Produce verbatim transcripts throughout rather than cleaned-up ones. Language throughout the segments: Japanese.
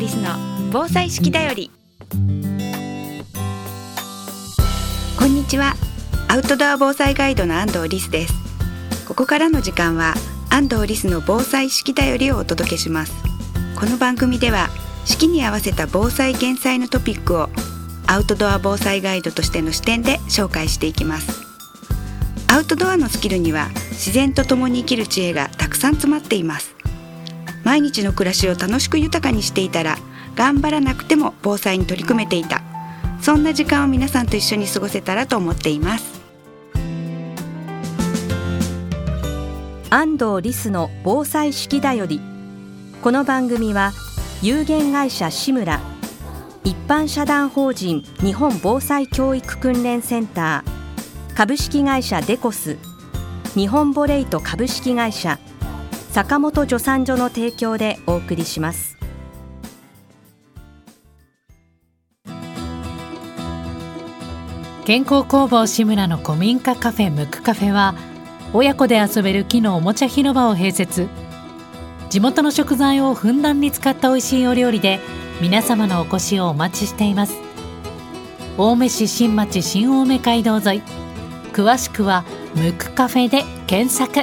リスの防災式だより。こんにちは。アウトドア防災ガイドの安藤リスです。ここからの時間は安藤リスの防災式だよりをお届けします。この番組では四季に合わせた防災減災のトピックをアウトドア防災ガイドとしての視点で紹介していきます。アウトドアのスキルには自然と共に生きる知恵がたくさん詰まっています。毎日の暮らしを楽しく豊かにしていたら頑張らなくても防災に取り組めていた、そんな時間を皆さんと一緒に過ごせたらと思っています。 安藤リスの防災式だより。この番組は有限会社志村、一般社団法人日本防災教育訓練センター、株式会社デコス、日本ボレイト株式会社、坂本助産所の提供でお送りします。 健康工房志村の古民家カフェムクカフェは、親子で遊べる木のおもちゃ広場を併設。地元の食材をふんだんに使った美味しいお料理で皆様のお越しをお待ちしています。青梅市新町新青梅街道沿い、詳しくはムクカフェで検索。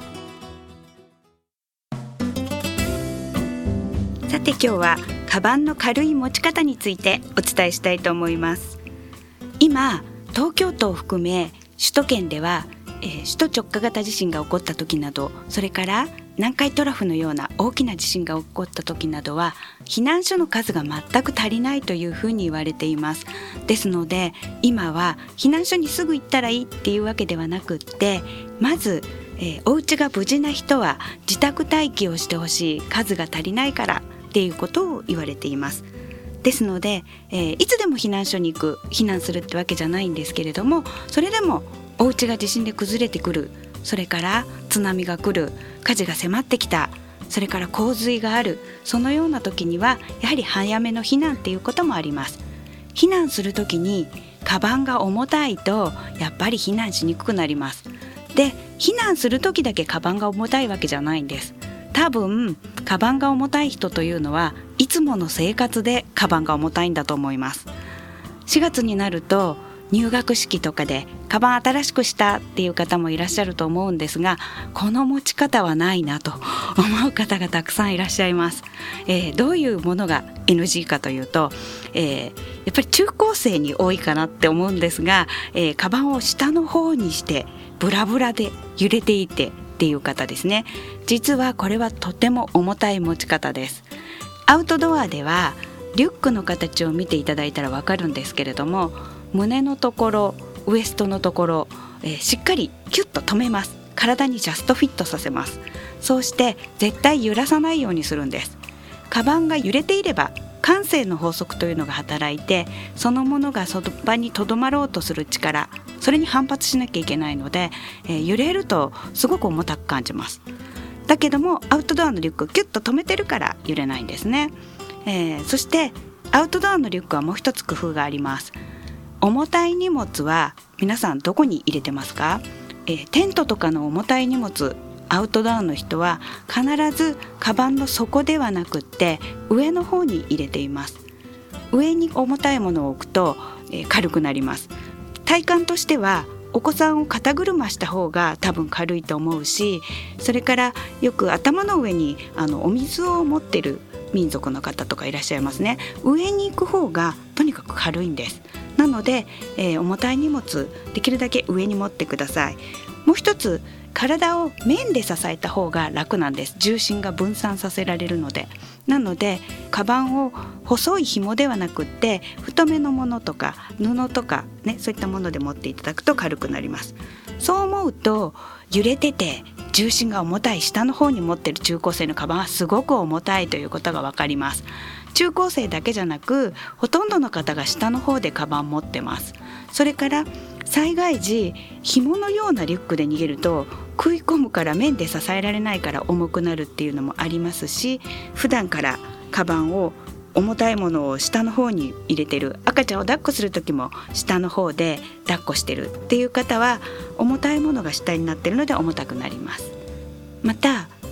さて今日はカバンの軽い持ち方についてお伝えしたいと思います。今東京都を含め首都圏では、えー、首都直下型地震が起こった時など、それから南海トラフのような大きな地震が起こった時などは避難所の数が全く足りないというふうに言われています。ですので今は避難所にすぐ行ったらいいっていうわけではなくって、まず、えー、お家が無事な人は自宅待機をしてほしい、数が足りないからっていうことを言われています。ですので、えー、いつでも避難所に行く、避難するってわけじゃないんですけれども、それでもお家が地震で崩れてくる、それから津波が来る、火事が迫ってきた、それから洪水がある、そのような時にはやはり早めの避難っていうこともあります。避難する時にカバンが重たいとやっぱり避難しにくくなります。で、避難する時だけカバンが重たいわけじゃないんです。多分カバンが重たい人というのはいつもの生活でカバンが重たいんだと思います。しがつになると入学式とかでカバン新しくしたっていう方もいらっしゃると思うんですが、この持ち方はないなと思う方がたくさんいらっしゃいます。えー、どういうものが エヌジー かというと、えー、やっぱり中高生に多いかなって思うんですが、えー、カバンを下の方にしてブラブラで揺れていてっていう方ですね。実はこれはとても重たい持ち方です。アウトドアではリュックの形を見ていただいたらわかるんですけれども、胸のところ、ウエストのところ、えー、しっかりキュッと止めます。体にジャストフィットさせます。そうして絶対揺らさないようにするんです。カバンが揺れていれば慣性の法則というのが働いて、そのものがその場にとどまろうとする力、それに反発しなきゃいけないので、えー、揺れるとすごく重たく感じます。だけどもアウトドアのリュックキュッと止めてるから揺れないんですね。えー、そしてアウトドアのリュックはもう一つ工夫があります。重たい荷物は皆さんどこに入れてますか？えー、テントとかの重たい荷物、アウトドアの人は必ずカバンの底ではなくって上の方に入れています。上に重たいものを置くと、えー、軽くなります。体感としてはお子さんを肩車した方が多分軽いと思うし、それからよく頭の上にあのお水を持ってる民族の方とかいらっしゃいますね。上に行く方がとにかく軽いんです。なので、えー、重たい荷物できるだけ上に持ってください。もう一つ、体を面で支えた方が楽なんです。重心が分散させられるので。なのでカバンを細い紐ではなくって太めのものとか布とかね、そういったもので持っていただくと軽くなります。そう思うと揺れてて重心が重たい下の方に持っている中高生のカバンはすごく重たいということが分かります。中高生だけじゃなくほとんどの方が下の方でカバン持ってます。それから災害時紐のようなリュックで逃げると食い込むから面で支えられないから重くなるっていうのもありますし、普段からカバンを重たいものを下の方に入れてる、赤ちゃんを抱っこする時も下の方で抱っこしてるっていう方は重たいものが下になってるので重たくなります。また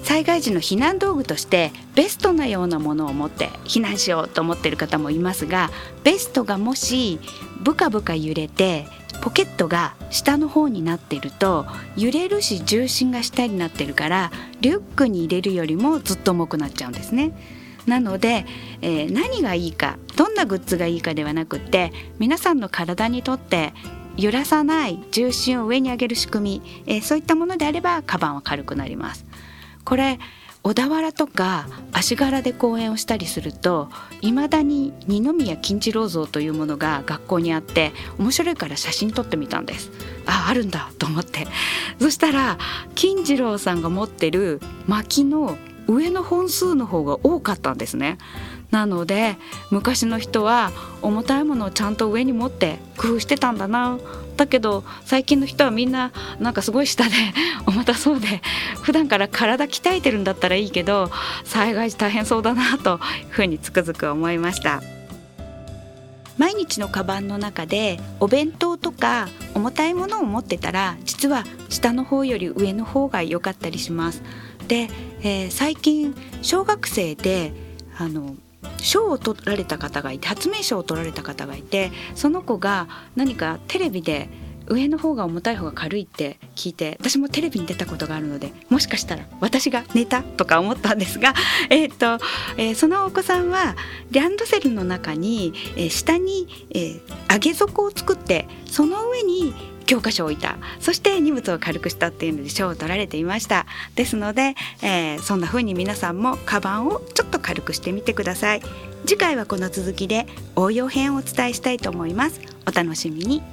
災害時の避難道具としてベストなようなものを持って避難しようと思っている方もいますが、ベストがもしブカブカ揺れてポケットが下の方になっていると揺れるし重心が下になっているからリュックに入れるよりもずっと重くなっちゃうんですね。なので、えー、何がいいか、どんなグッズがいいかではなくって、皆さんの体にとって揺らさない重心を上に上げる仕組み、えー、そういったものであればカバンは軽くなります。これ小田原とか足柄で講演をしたりすると、いまだに二宮金次郎像というものが学校にあって面白いから写真撮ってみたんです。あ、あるんだと思って、そしたら金次郎さんが持ってる薪の上の本数の方が多かったんですね。なので昔の人は重たいものをちゃんと上に持って工夫してたんだな。だけど最近の人はみんななんかすごい下で重たそうで、普段から体鍛えてるんだったらいいけど災害時大変そうだなというふうにつくづく思いました。毎日のカバンの中でお弁当とか重たいものを持ってたら、実は下の方より上の方が良かったりします。で、えー、最近小学生であの賞を取られた方がいて、発明賞を取られた方がいて、その子が何かテレビで上の方が重たい方が軽いって聞いて、私もテレビに出たことがあるので、もしかしたら私が寝たとか思ったんですが、えーとえー、そのお子さんはランドセルの中に、えー、下に、えー、上げ底を作って、その上に教科書を置いた、そして荷物を軽くしたっていうので賞を取られていました。ですので、えー、そんな風に皆さんもカバンをちょっと軽くしてみてください。次回はこの続きで応用編をお伝えしたいと思います。お楽しみに。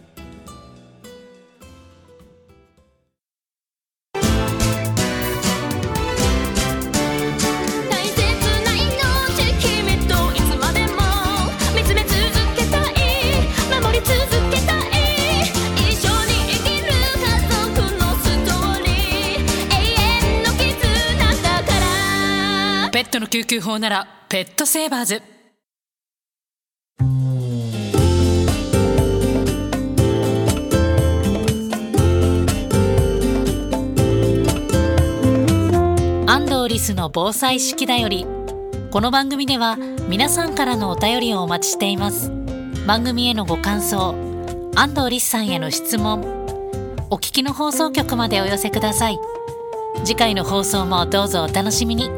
ペットの救急法ならペットセーバーズ。安藤リスの防災式だより。この番組では皆さんからのお便りをお待ちしています。番組へのご感想、安藤リスさんへの質問、お聞きの放送局までお寄せください。次回の放送もどうぞお楽しみに。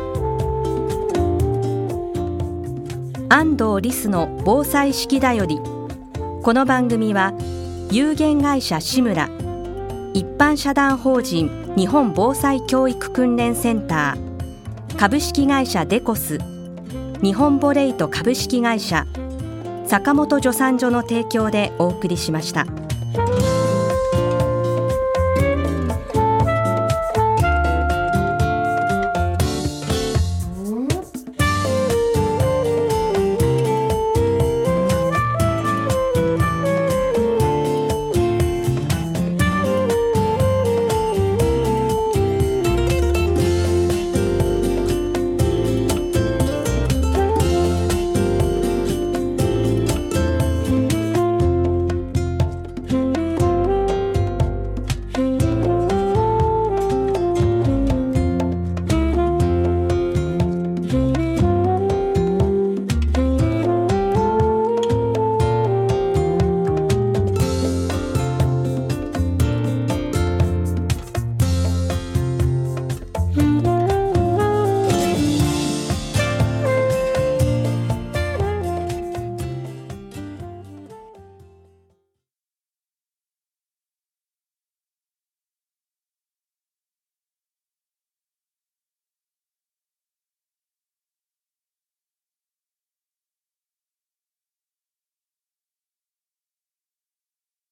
安藤リスの防災式だより。この番組は有限会社志村、一般社団法人日本防災教育訓練センター、株式会社デコス、日本ボレイト株式会社、坂本助産所の提供でお送りしました。